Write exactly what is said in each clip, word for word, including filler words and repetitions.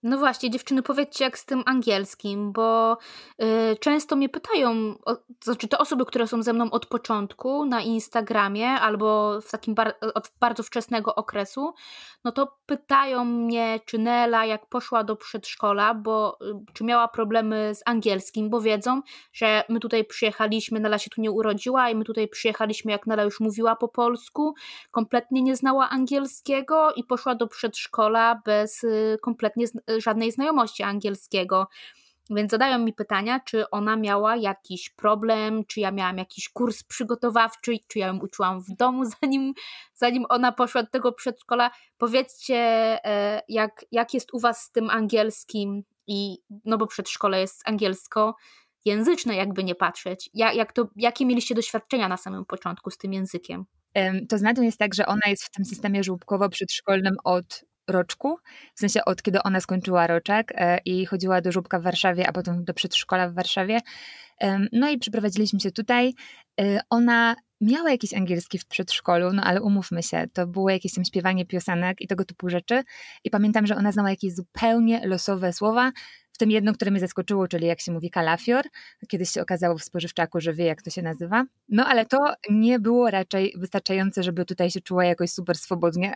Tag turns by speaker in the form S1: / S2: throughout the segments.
S1: No właśnie, dziewczyny, powiedzcie jak z tym angielskim, bo y, często mnie pytają, o, to znaczy te osoby, które są ze mną od początku na Instagramie albo w takim bar, od bardzo wczesnego okresu, no to pytają mnie, czy Nela jak poszła do przedszkola, bo y, czy miała problemy z angielskim, bo wiedzą, że my tutaj przyjechaliśmy, Nela się tu nie urodziła i my tutaj przyjechaliśmy, jak Nela już mówiła po polsku, kompletnie nie znała angielskiego i poszła do przedszkola bez y, kompletnie z, żadnej znajomości angielskiego. Więc zadają mi pytania, czy ona miała jakiś problem, czy ja miałam jakiś kurs przygotowawczy, czy ja ją uczyłam w domu, zanim, zanim ona poszła do tego przedszkola. Powiedzcie, e, jak, jak jest u was z tym angielskim, i no bo przedszkole jest angielskojęzyczne, jakby nie patrzeć. Ja, jak to, jakie mieliście doświadczenia na samym początku z tym językiem?
S2: To z Nadią jest tak, że ona jest w tym systemie żłobkowo-przedszkolnym od roczku, w sensie od kiedy ona skończyła roczek i chodziła do żłobka w Warszawie, a potem do przedszkola w Warszawie. No i przyprowadziliśmy się tutaj. Ona miała jakiś angielski w przedszkolu, no ale umówmy się, to było jakieś tam śpiewanie piosenek i tego typu rzeczy. I pamiętam, że ona znała jakieś zupełnie losowe słowa, w tym jedno, które mnie zaskoczyło, czyli jak się mówi kalafior. Kiedyś się okazało w spożywczaku, że wie, jak to się nazywa. No ale to nie było raczej wystarczające, żeby tutaj się czuła jakoś super swobodnie.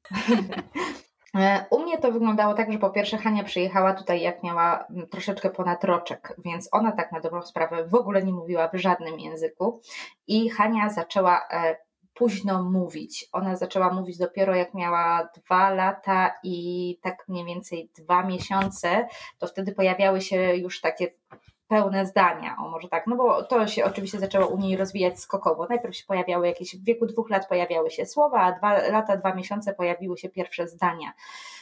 S3: U mnie to wyglądało tak, że po pierwsze Hania przyjechała tutaj jak miała troszeczkę ponad roczek, więc ona tak na dobrą sprawę w ogóle nie mówiła w żadnym języku i Hania zaczęła późno mówić. Ona zaczęła mówić dopiero jak miała dwa lata i tak mniej więcej dwa miesiące, to wtedy pojawiały się już takie pełne zdania, o może tak, no bo to się oczywiście zaczęło u niej rozwijać skokowo. Najpierw się pojawiały jakieś, w wieku dwóch lat pojawiały się słowa, a dwa lata, dwa miesiące pojawiły się pierwsze zdania.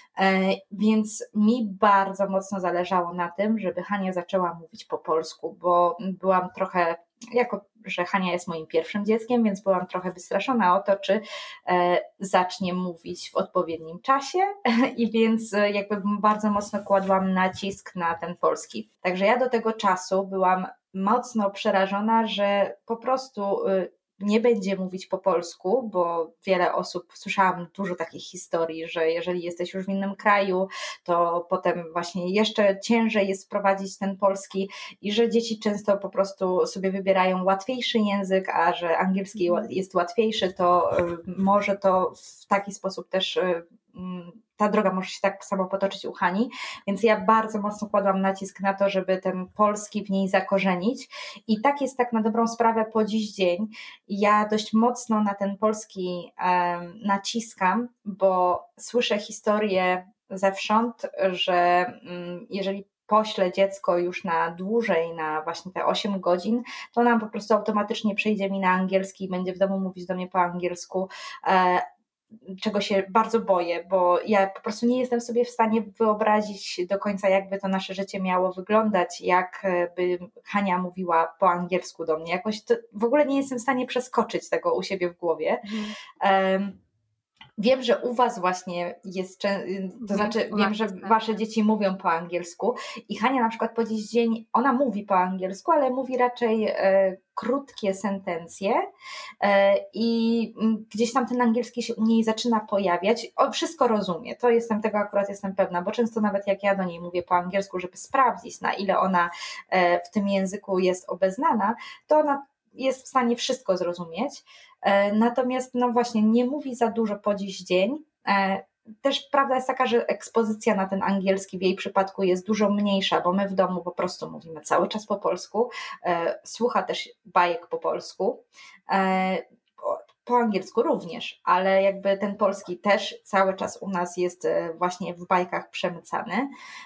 S3: Więc mi bardzo mocno zależało na tym, żeby Hania zaczęła mówić po polsku, bo byłam trochę, jako że Hania jest moim pierwszym dzieckiem, więc byłam trochę wystraszona o to, czy zacznie mówić w odpowiednim czasie i więc jakby bardzo mocno kładłam nacisk na ten polski. Także ja do tego czasu byłam mocno przerażona, że po prostu nie będzie mówić po polsku, bo wiele osób, słyszałam dużo takich historii, że jeżeli jesteś już w innym kraju, to potem właśnie jeszcze ciężej jest wprowadzić ten polski i że dzieci często po prostu sobie wybierają łatwiejszy język, a że angielski jest łatwiejszy, to może to w taki sposób też ta droga może się tak samo potoczyć u Hani, więc ja bardzo mocno kładłam nacisk na to, żeby ten polski w niej zakorzenić i tak jest tak na dobrą sprawę po dziś dzień. Ja dość mocno na ten polski um, naciskam, bo słyszę historię zewsząd, że um, jeżeli poślę dziecko już na dłużej, na właśnie te osiem godzin, to nam po prostu automatycznie przejdzie mi na angielski i będzie w domu mówić do mnie po angielsku, e, czego się bardzo boję, bo ja po prostu nie jestem sobie w stanie wyobrazić do końca, jakby to nasze życie miało wyglądać, jakby Hania mówiła po angielsku do mnie. Jakoś to w ogóle nie jestem w stanie przeskoczyć tego u siebie w głowie. Mhm. Um, Wiem, że u was właśnie jest, to znaczy wiem, że wasze dzieci mówią po angielsku i Hania na przykład po dziś dzień, ona mówi po angielsku, ale mówi raczej e, krótkie sentencje e, i gdzieś tam ten angielski się u niej zaczyna pojawiać. O, wszystko rozumie, to jestem tego akurat jestem pewna, bo często nawet jak ja do niej mówię po angielsku, żeby sprawdzić, na ile ona e, w tym języku jest obeznana, to ona jest w stanie wszystko zrozumieć. Natomiast no właśnie nie mówi za dużo po dziś dzień. Też prawda jest taka, że ekspozycja na ten angielski w jej przypadku jest dużo mniejsza, bo my w domu po prostu mówimy cały czas po polsku, słucha też bajek po polsku, po angielsku również, ale jakby ten polski też cały czas u nas jest właśnie w bajkach przemycany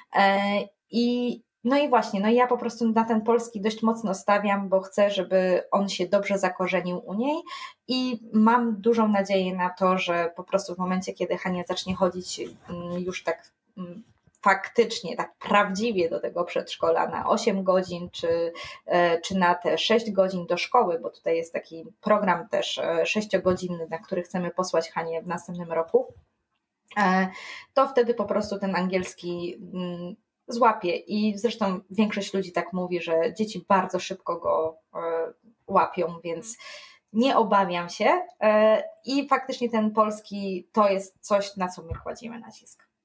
S3: i No i właśnie, no i ja po prostu na ten polski dość mocno stawiam, bo chcę, żeby on się dobrze zakorzenił u niej i mam dużą nadzieję na to, że po prostu w momencie, kiedy Hania zacznie chodzić już tak faktycznie, tak prawdziwie do tego przedszkola na osiem godzin, czy, czy na te sześć godzin do szkoły, bo tutaj jest taki program też sześciogodzinny, na który chcemy posłać Hanię w następnym roku, to wtedy po prostu ten angielski złapie i zresztą większość ludzi tak mówi, że dzieci bardzo szybko go łapią, więc nie obawiam się i faktycznie ten polski to jest coś, na co my kładziemy nacisk.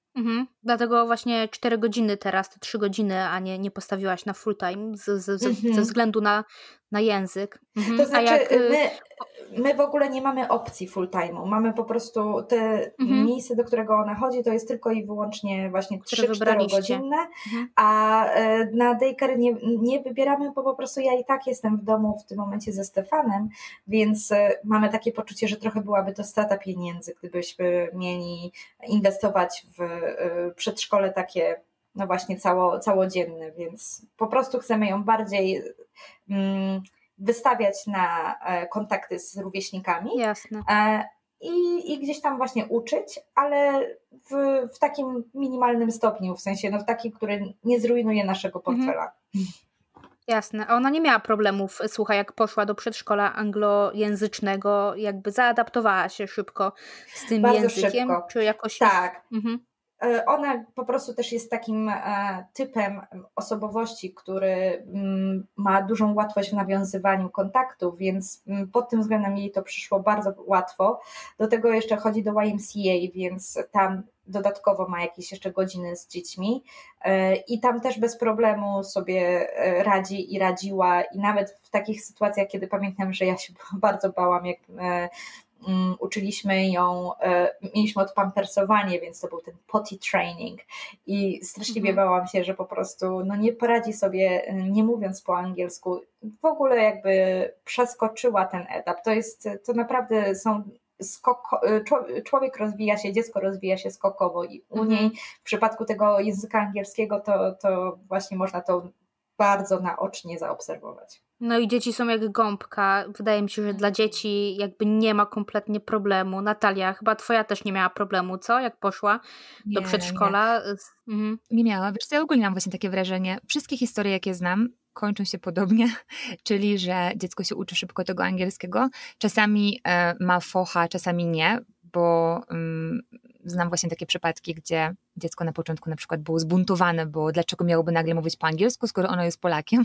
S1: Mhm. Dlatego właśnie cztery godziny teraz, te trzy godziny, a nie, nie postawiłaś na full time z, z, z,
S3: Mhm.
S1: ze względu na, na język. Mhm.
S3: To
S1: A
S3: znaczy
S1: jak, y,
S3: my, my w ogóle nie mamy opcji full time'u. Mamy po prostu te
S1: Mhm.
S3: miejsce, do którego ona chodzi, to jest tylko i wyłącznie właśnie
S1: które
S3: trzy cztery
S1: wybraliście.
S3: godzinne,
S1: Mhm.
S3: a e, na daycare nie, nie wybieramy, bo po prostu ja i tak jestem w domu w tym momencie ze Stefanem, więc e, mamy takie poczucie, że trochę byłaby to strata pieniędzy, gdybyśmy mieli inwestować w e, przedszkole takie, no właśnie cało, całodzienne, więc po prostu chcemy ją bardziej mm, wystawiać na e, kontakty z rówieśnikami.
S1: Jasne.
S3: E, I, i gdzieś tam właśnie uczyć, ale w, w takim minimalnym stopniu, w sensie no w takim, który nie zrujnuje naszego portfela.
S1: Mhm. Jasne. A ona nie miała problemów, słuchaj, jak poszła do przedszkola anglojęzycznego, jakby zaadaptowała się szybko z tym
S3: Bardzo
S1: językiem?
S3: szybko.
S1: Czy jakoś
S3: Tak.
S1: już... Mhm.
S3: Ona po prostu też jest takim typem osobowości, który ma dużą łatwość w nawiązywaniu kontaktów, więc pod tym względem jej to przyszło bardzo łatwo. Do tego jeszcze chodzi do Y M C A, więc tam dodatkowo ma jakieś jeszcze godziny z dziećmi i tam też bez problemu sobie radzi i radziła i nawet w takich sytuacjach, kiedy pamiętam, że ja się bardzo bałam, jak Um, uczyliśmy ją, e, mieliśmy odpampersowanie, więc to był ten potty training i straszliwie mhm. bałam się, że po prostu no nie poradzi sobie, nie mówiąc po angielsku, w ogóle jakby przeskoczyła ten etap. To jest, to naprawdę są skoko, człowiek rozwija się, dziecko rozwija się skokowo i u mhm. niej w przypadku tego języka angielskiego to, to właśnie można to bardzo naocznie zaobserwować.
S1: No i dzieci są jak gąbka. Wydaje mi się, że dla dzieci jakby nie ma kompletnie problemu. Natalia, chyba twoja też nie miała problemu, co? Jak poszła
S2: nie,
S1: do przedszkola?
S2: Nie, mhm. nie miała. Wiesz co, ja ogólnie mam właśnie takie wrażenie. Wszystkie historie, jakie znam, kończą się podobnie, czyli że dziecko się uczy szybko tego angielskiego. Czasami e, ma focha, czasami nie, bo um, znam właśnie takie przypadki, gdzie dziecko na początku na przykład było zbuntowane, bo dlaczego miałoby nagle mówić po angielsku, skoro ono jest Polakiem,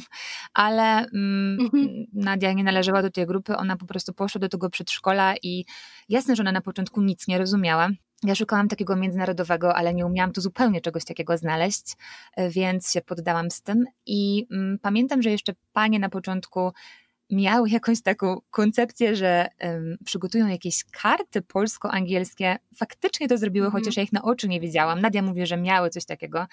S2: ale um, mhm. Nadia nie należała do tej grupy, ona po prostu poszła do tego przedszkola i jasne, że ona na początku nic nie rozumiała. Ja szukałam takiego międzynarodowego, ale nie umiałam tu zupełnie czegoś takiego znaleźć, więc się poddałam z tym i um, pamiętam, że jeszcze panie na początku miały jakąś taką koncepcję, że um, przygotują jakieś karty polsko-angielskie. Faktycznie to zrobiły, mm. chociaż ja ich na oczy nie widziałam. Nadia mówi, że miały coś takiego,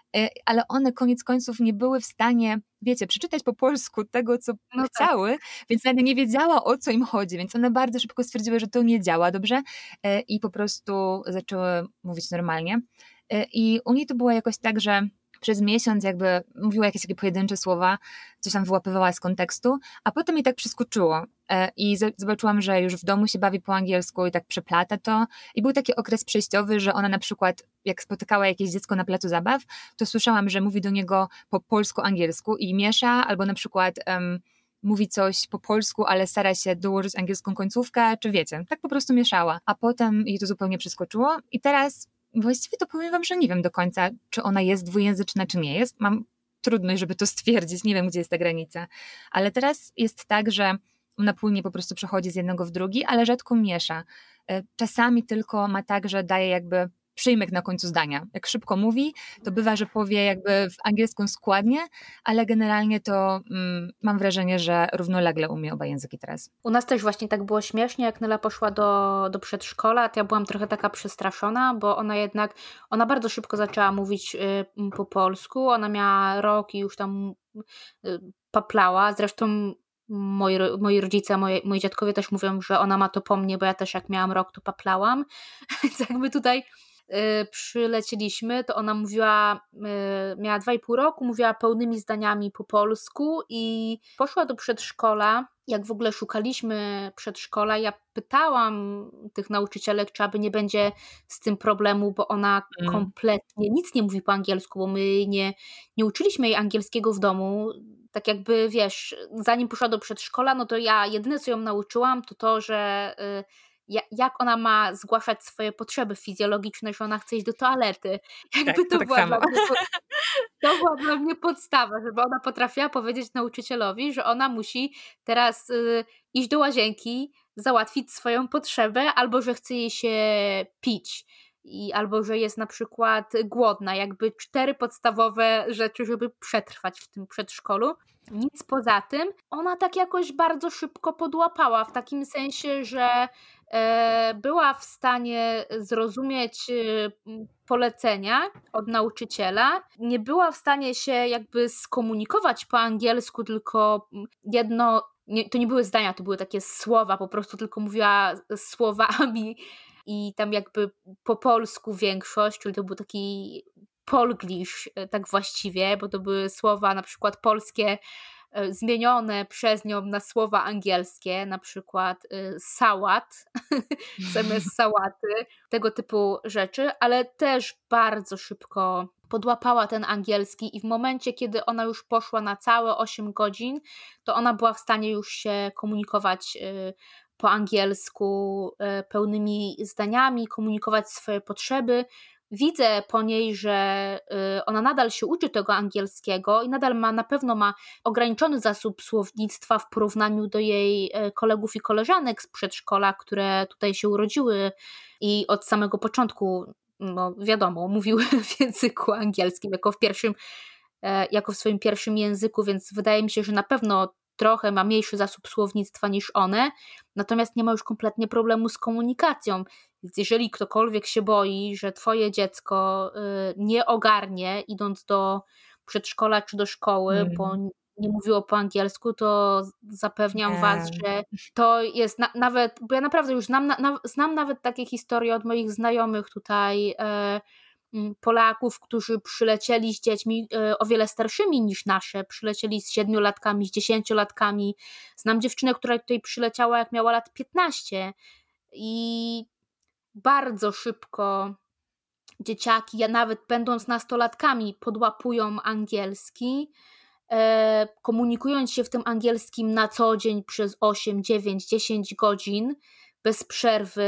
S2: ale one koniec końców nie były w stanie, wiecie, przeczytać po polsku tego, co no chciały, tak. Więc Nadia nie wiedziała, o co im chodzi, więc one bardzo szybko stwierdziły, że to nie działa dobrze i po prostu zaczęły mówić normalnie. I u niej to było jakoś tak, że przez miesiąc jakby mówiła jakieś takie pojedyncze słowa, coś tam wyłapywała z kontekstu, a potem jej tak przeskoczyło i zobaczyłam, że już w domu się bawi po angielsku i tak przeplata to i był taki okres przejściowy, że ona na przykład jak spotykała jakieś dziecko na placu zabaw, to słyszałam, że mówi do niego po polsku-angielsku i miesza, albo na przykład um, mówi coś po polsku, ale stara się dołożyć angielską końcówkę, czy wiecie, tak po prostu mieszała, a potem jej to zupełnie przeskoczyło i teraz właściwie to powiem wam, że nie wiem do końca, czy ona jest dwujęzyczna, czy nie jest. Mam trudność, żeby to stwierdzić. Nie wiem, gdzie jest ta granica. Ale teraz jest tak, że ona płynnie po prostu przechodzi z jednego w drugi, ale rzadko miesza. Czasami tylko ma tak, że daje jakby przyjmek na końcu zdania. Jak szybko mówi, to bywa, że powie jakby w angielską składnie, ale generalnie to mm, mam wrażenie, że równolegle umie oba języki teraz.
S1: U nas też właśnie tak było śmiesznie, jak Nela poszła do, do przedszkola, to ja byłam trochę taka przestraszona, bo ona jednak, ona bardzo szybko zaczęła mówić y, po polsku, ona miała rok i już tam y, paplała, zresztą moi, moi rodzice, moje, moi dziadkowie też mówią, że ona ma to po mnie, bo ja też jak miałam rok, to paplałam, więc jakby tutaj przylecieliśmy, to ona mówiła, miała dwa i pół roku, mówiła pełnymi zdaniami po polsku i poszła do przedszkola. Jak w ogóle szukaliśmy przedszkola, ja pytałam tych nauczycielek, czy aby nie będzie z tym problemu, bo ona mm. kompletnie nic nie mówi po angielsku, bo my nie, nie uczyliśmy jej angielskiego w domu. Tak jakby, wiesz, zanim poszła do przedszkola, no to ja jedyne, co ją nauczyłam, to to, że jak ona ma zgłaszać swoje potrzeby fizjologiczne, że ona chce iść do toalety. Jakby
S2: tak,
S1: to,
S2: tak
S1: była
S2: samo.
S1: Dla mnie, to była dla mnie podstawa, żeby ona potrafiła powiedzieć nauczycielowi, że ona musi teraz y, iść do łazienki, załatwić swoją potrzebę, albo że chce jej się pić. i albo że jest na przykład głodna, jakby cztery podstawowe rzeczy, żeby przetrwać w tym przedszkolu. Nic poza tym, ona tak jakoś bardzo szybko podłapała, w takim sensie, że e, była w stanie zrozumieć e, polecenia od nauczyciela, nie była w stanie się jakby skomunikować po angielsku, tylko jedno, nie, to nie były zdania, to były takie słowa, po prostu tylko mówiła słowami i tam jakby po polsku większość, czyli to był taki polglish tak właściwie, bo to były słowa na przykład polskie zmienione przez nią na słowa angielskie, na przykład sałat zamiast sałaty, tego typu rzeczy, ale też bardzo szybko podłapała ten angielski i w momencie, kiedy ona już poszła na całe osiem godzin, to ona była w stanie już się komunikować po angielsku pełnymi zdaniami, komunikować swoje potrzeby. Widzę po niej, że ona nadal się uczy tego angielskiego i nadal ma, na pewno ma ograniczony zasób słownictwa w porównaniu do jej kolegów i koleżanek z przedszkola, które tutaj się urodziły i od samego początku, no wiadomo, mówiły w języku angielskim jako w pierwszym, jako w swoim pierwszym języku, więc wydaje mi się, że na pewno trochę ma mniejszy zasób słownictwa niż one, natomiast nie ma już kompletnie problemu z komunikacją. Więc jeżeli ktokolwiek się boi, że twoje dziecko nie ogarnie idąc do przedszkola czy do szkoły, mm. bo nie mówiło po angielsku, to zapewniam nie. was, że to jest na, nawet, bo ja naprawdę już znam, na, znam nawet takie historie od moich znajomych tutaj, e, Polaków, którzy przylecieli z dziećmi o wiele starszymi niż nasze, przylecieli z siedmiolatkami, z dziesięciolatkami. Znam dziewczynę, która tutaj przyleciała jak miała lat piętnaście i bardzo szybko dzieciaki, ja nawet będąc nastolatkami, podłapują angielski, e, komunikując się w tym angielskim na co dzień przez osiem, dziewięć, dziesięć godzin bez przerwy,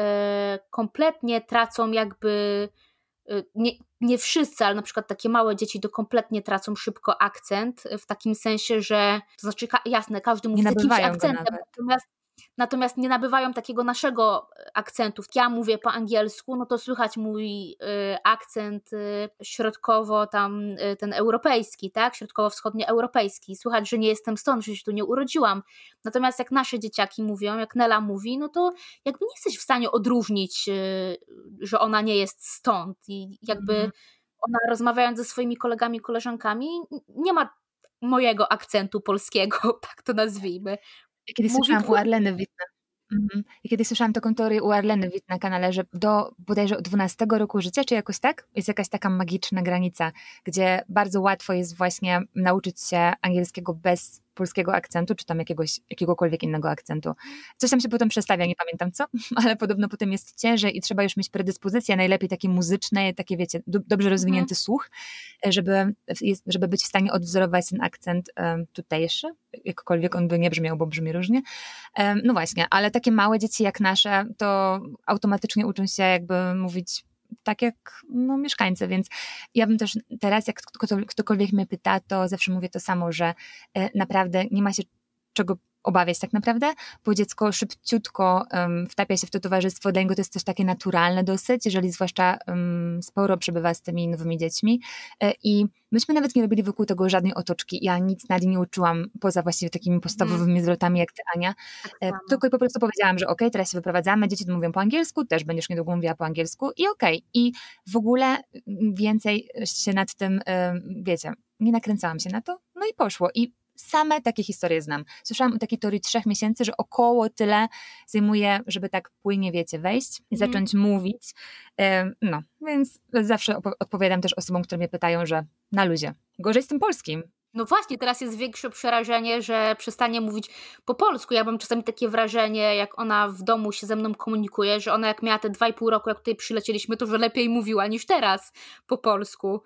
S1: e, kompletnie tracą jakby Nie, nie wszyscy, ale na przykład takie małe dzieci to kompletnie tracą szybko akcent, w takim sensie, że to znaczy jasne, każdy mówi z jakimś akcentem, natomiast, natomiast nie nabywają takiego naszego akcentu. Ja mówię po angielsku, no to słychać mój y, akcent y, środkowo tam y, ten europejski, tak, środkowo-wschodnioeuropejski. Słychać, że nie jestem stąd, że się tu nie urodziłam. Natomiast jak nasze dzieciaki mówią, jak Nela mówi, no to jakby nie jesteś w stanie odróżnić, y, że ona nie jest stąd i jakby mm. ona rozmawiając ze swoimi kolegami, koleżankami nie ma mojego akcentu polskiego, tak to nazwijmy.
S2: Ja kiedyś Mówi słyszałam u Arleny Witt na, mhm. ja kiedyś słyszałam taką teorię u Arleny Witt na kanale, że do bodajże od dwunastego roku życia, czy jakoś tak, jest jakaś taka magiczna granica, gdzie bardzo łatwo jest właśnie nauczyć się angielskiego bez polskiego akcentu, czy tam jakiegoś, jakiegokolwiek innego akcentu. Coś tam się potem przestawia, nie pamiętam co, ale podobno potem jest ciężej i trzeba już mieć predyspozycje, najlepiej takie muzyczne, takie wiecie, do, dobrze rozwinięty mhm. słuch, żeby, żeby być w stanie odwzorować ten akcent um, tutejszy, jakkolwiek on by nie brzmiał, bo brzmi różnie. Um, no właśnie, ale takie małe dzieci jak nasze, to automatycznie uczą się jakby mówić tak jak no, mieszkańcy, więc ja bym też teraz, jak ktokolwiek mnie pyta, to zawsze mówię to samo, że e, naprawdę nie ma się czego obawiać tak naprawdę, bo dziecko szybciutko um, wtapia się w to towarzystwo, dla niego to jest też takie naturalne dosyć, jeżeli zwłaszcza um, sporo przebywa z tymi nowymi dziećmi e, i myśmy nawet nie robili wokół tego żadnej otoczki, ja nic Nadii nie uczyłam poza właściwie takimi podstawowymi mm. zwrotami jak ty, Ania, e, tylko po prostu powiedziałam, że okej, okay, teraz się wyprowadzamy, dzieci to mówią po angielsku, też będziesz niedługo mówiła po angielsku i okej, okay. I w ogóle więcej się nad tym, e, wiecie, nie nakręcałam się na to, no i poszło i same takie historie znam. Słyszałam o takiej teorii trzech miesięcy, że około tyle zajmuje, żeby tak płynnie, wiecie, wejść i zacząć mm. mówić. No, więc zawsze op- odpowiadam też osobom, które mnie pytają, że na luzie. Gorzej z tym polskim.
S1: No właśnie, teraz jest większe przerażenie, że przestanie mówić po polsku. Ja mam czasami takie wrażenie, jak ona w domu się ze mną komunikuje, że ona jak miała te dwa i pół roku, jak tutaj przylecieliśmy, to że lepiej mówiła niż teraz po polsku.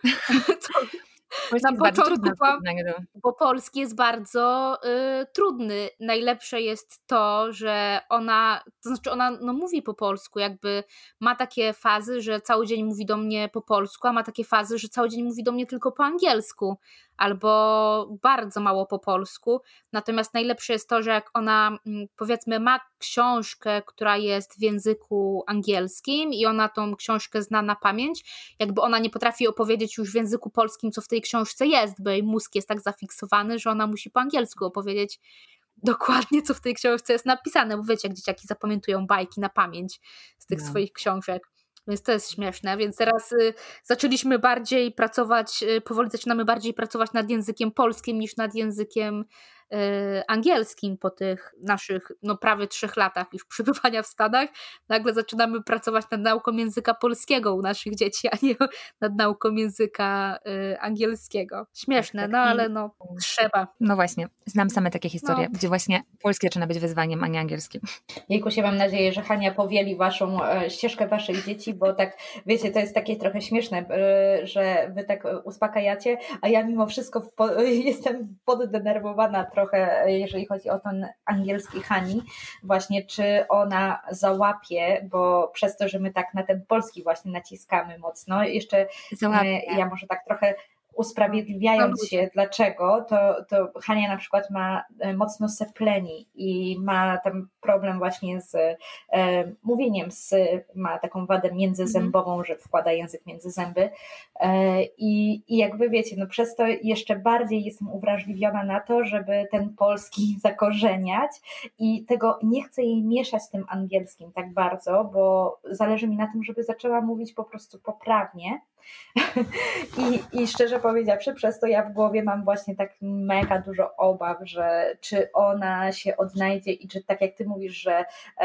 S2: Na początku,
S1: bo polski jest bardzo y, trudny. Najlepsze jest to, że ona, to znaczy ona no, mówi po polsku, jakby ma takie fazy, że cały dzień mówi do mnie po polsku, a ma takie fazy, że cały dzień mówi do mnie tylko po angielsku. albo bardzo mało po polsku, natomiast najlepsze jest to, że jak ona powiedzmy ma książkę, która jest w języku angielskim i ona tą książkę zna na pamięć, jakby ona nie potrafi opowiedzieć już w języku polskim, co w tej książce jest, bo jej mózg jest tak zafiksowany, że ona musi po angielsku opowiedzieć dokładnie, co w tej książce jest napisane, bo wiecie, jak dzieciaki zapamiętują bajki na pamięć z tych no. swoich książek. Więc to jest śmieszne, więc teraz y, zaczęliśmy bardziej pracować, y, powoli zaczynamy bardziej pracować nad językiem polskim niż nad językiem y, angielskim po tych naszych no prawie trzech latach już przebywania w Stanach. Nagle zaczynamy pracować nad nauką języka polskiego u naszych dzieci, a nie nad nauką języka y, angielskiego. Śmieszne, tak, tak. no ale no trzeba.
S2: No właśnie, znam same takie historie, no. gdzie właśnie polskie zaczyna być wyzwaniem, a nie angielskim.
S3: Jejkusie, mam nadzieję, że Hania powieli waszą e, ścieżkę waszych dzieci, bo tak, wiecie, to jest takie trochę śmieszne, e, że wy tak uspokajacie, a ja mimo wszystko w po, jestem poddenerwowana trochę, jeżeli chodzi o ten angielski Hani, właśnie czy ona załapie, bo przez to, że my tak na ten polski właśnie naciskamy mocno, jeszcze e, ja może tak trochę usprawiedliwiając się dlaczego, to, to Hania na przykład ma mocno sepleni i ma tam problem właśnie z e, mówieniem, z, ma taką wadę międzyzębową, mm. że wkłada język między zęby e, i, i jakby wiecie, no przez to jeszcze bardziej jestem uwrażliwiona na to, żeby ten polski zakorzeniać i tego nie chcę jej mieszać z tym angielskim tak bardzo, bo zależy mi na tym, żeby zaczęła mówić po prostu poprawnie. I, I szczerze powiedziawszy, przez to ja w głowie mam właśnie tak mega dużo obaw, że czy ona się odnajdzie i czy tak jak ty mówisz, że,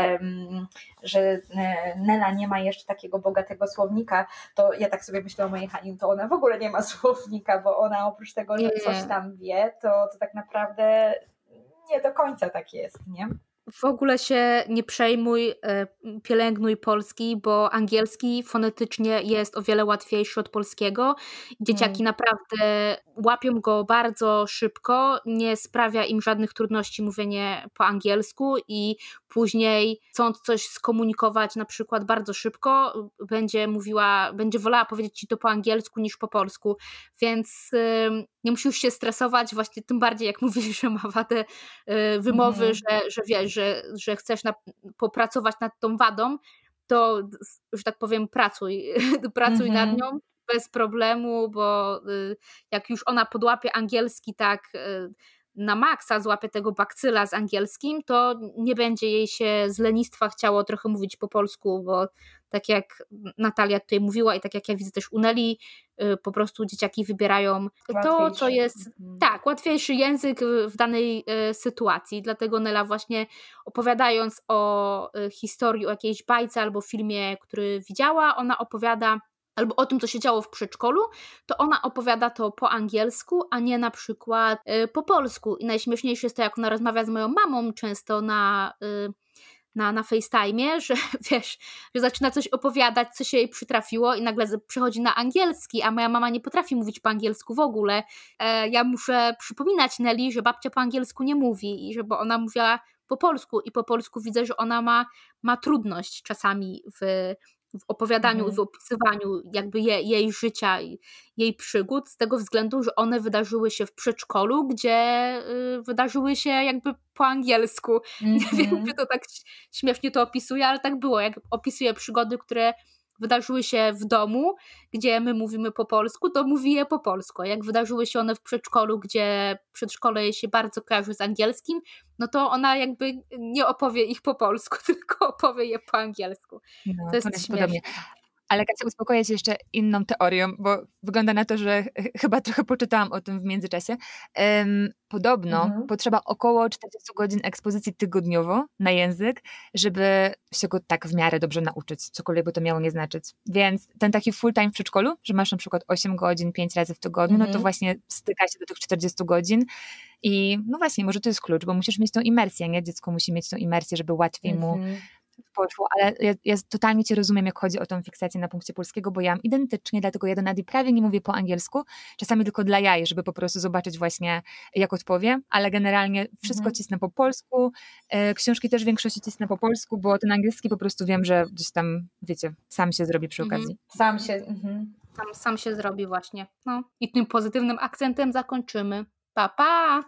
S3: um, że Nela nie ma jeszcze takiego bogatego słownika, to ja tak sobie myślę o mojej Hani, to ona w ogóle nie ma słownika, bo ona oprócz tego, że coś tam wie, to, to tak naprawdę nie do końca tak jest, nie?
S1: W ogóle się nie przejmuj, pielęgnuj polski, bo angielski fonetycznie jest o wiele łatwiejszy od polskiego. Dzieciaki mm. naprawdę łapią go bardzo szybko, nie sprawia im żadnych trudności mówienie po angielsku i później chcąc coś skomunikować na przykład bardzo szybko, będzie mówiła, będzie wolała powiedzieć ci to po angielsku niż po polsku, więc yy, nie musisz się stresować, właśnie tym bardziej jak mówisz, że ma wadę yy, wymowy, mm. że, że wiesz, że, że chcesz na, popracować nad tą wadą, to, że tak powiem, pracuj, pracuj mm-hmm. nad nią bez problemu, bo yy, jak już ona podłapie angielski tak yy, na maksa, złapie tego bakcyla z angielskim, to nie będzie jej się z lenistwa chciało trochę mówić po polsku, bo tak jak Natalia tutaj mówiła i tak jak ja widzę też u Neli, po prostu dzieciaki wybierają to, co jest mhm. tak, łatwiejszy język w danej sytuacji. Dlatego Nela właśnie opowiadając o historii, o jakiejś bajce albo filmie, który widziała, ona opowiada albo o tym, co się działo w przedszkolu, to ona opowiada to po angielsku, a nie na przykład y, po polsku. I najśmieszniejsze jest to, jak ona rozmawia z moją mamą często na, y, na, na FaceTime'ie, że wiesz, że zaczyna coś opowiadać, co się jej przytrafiło i nagle przechodzi na angielski, a moja mama nie potrafi mówić po angielsku w ogóle. E, ja muszę przypominać Neli, że babcia po angielsku nie mówi i żeby ona mówiła po polsku i po polsku widzę, że ona ma, ma trudność czasami w w opowiadaniu i mhm. w opisywaniu jakby je, jej życia i jej przygód z tego względu, że one wydarzyły się w przedszkolu, gdzie y, wydarzyły się jakby po angielsku. Mhm. Nie wiem, czy to tak śmiesznie to opisuje, ale tak było. Jak opisuję przygody, które wydarzyły się w domu, gdzie my mówimy po polsku, to mówi je po polsku. Jak wydarzyły się one w przedszkolu, gdzie przedszkole jej się bardzo kojarzy z angielskim, no to ona jakby nie opowie ich po polsku, tylko opowie je po angielsku. No, to jest to śmieszne. Podobnie.
S2: Ale Kasia, uspokoję cię jeszcze inną teorią, bo wygląda na to, że ch- chyba trochę poczytałam o tym w międzyczasie. Um, podobno mhm. potrzeba około czterdzieści godzin ekspozycji tygodniowo na język, żeby się go tak w miarę dobrze nauczyć, cokolwiek by to miało nie znaczyć. Więc ten taki full time w przedszkolu, że masz na przykład osiem godzin, pięć razy w tygodniu, mhm. no to właśnie styka się do tych czterdziestu godzin. I no właśnie, może to jest klucz, bo musisz mieć tą imersję, nie? Dziecko musi mieć tą imersję, żeby łatwiej mu mhm. poszło, ale ja, ja totalnie cię rozumiem, jak chodzi o tą fiksację na punkcie polskiego, bo ja mam identycznie, dlatego ja do Nadi prawie nie mówię po angielsku, czasami tylko dla jaj, żeby po prostu zobaczyć właśnie, jak odpowie, ale generalnie wszystko mhm. cisnę po polsku, e, książki też w większości cisnę po polsku, bo ten angielski po prostu wiem, że gdzieś tam, wiecie, sam się zrobi przy okazji.
S3: Mhm. Sam się, mhm.
S1: Sam, sam się zrobi właśnie. No. I tym pozytywnym akcentem zakończymy. Pa, pa!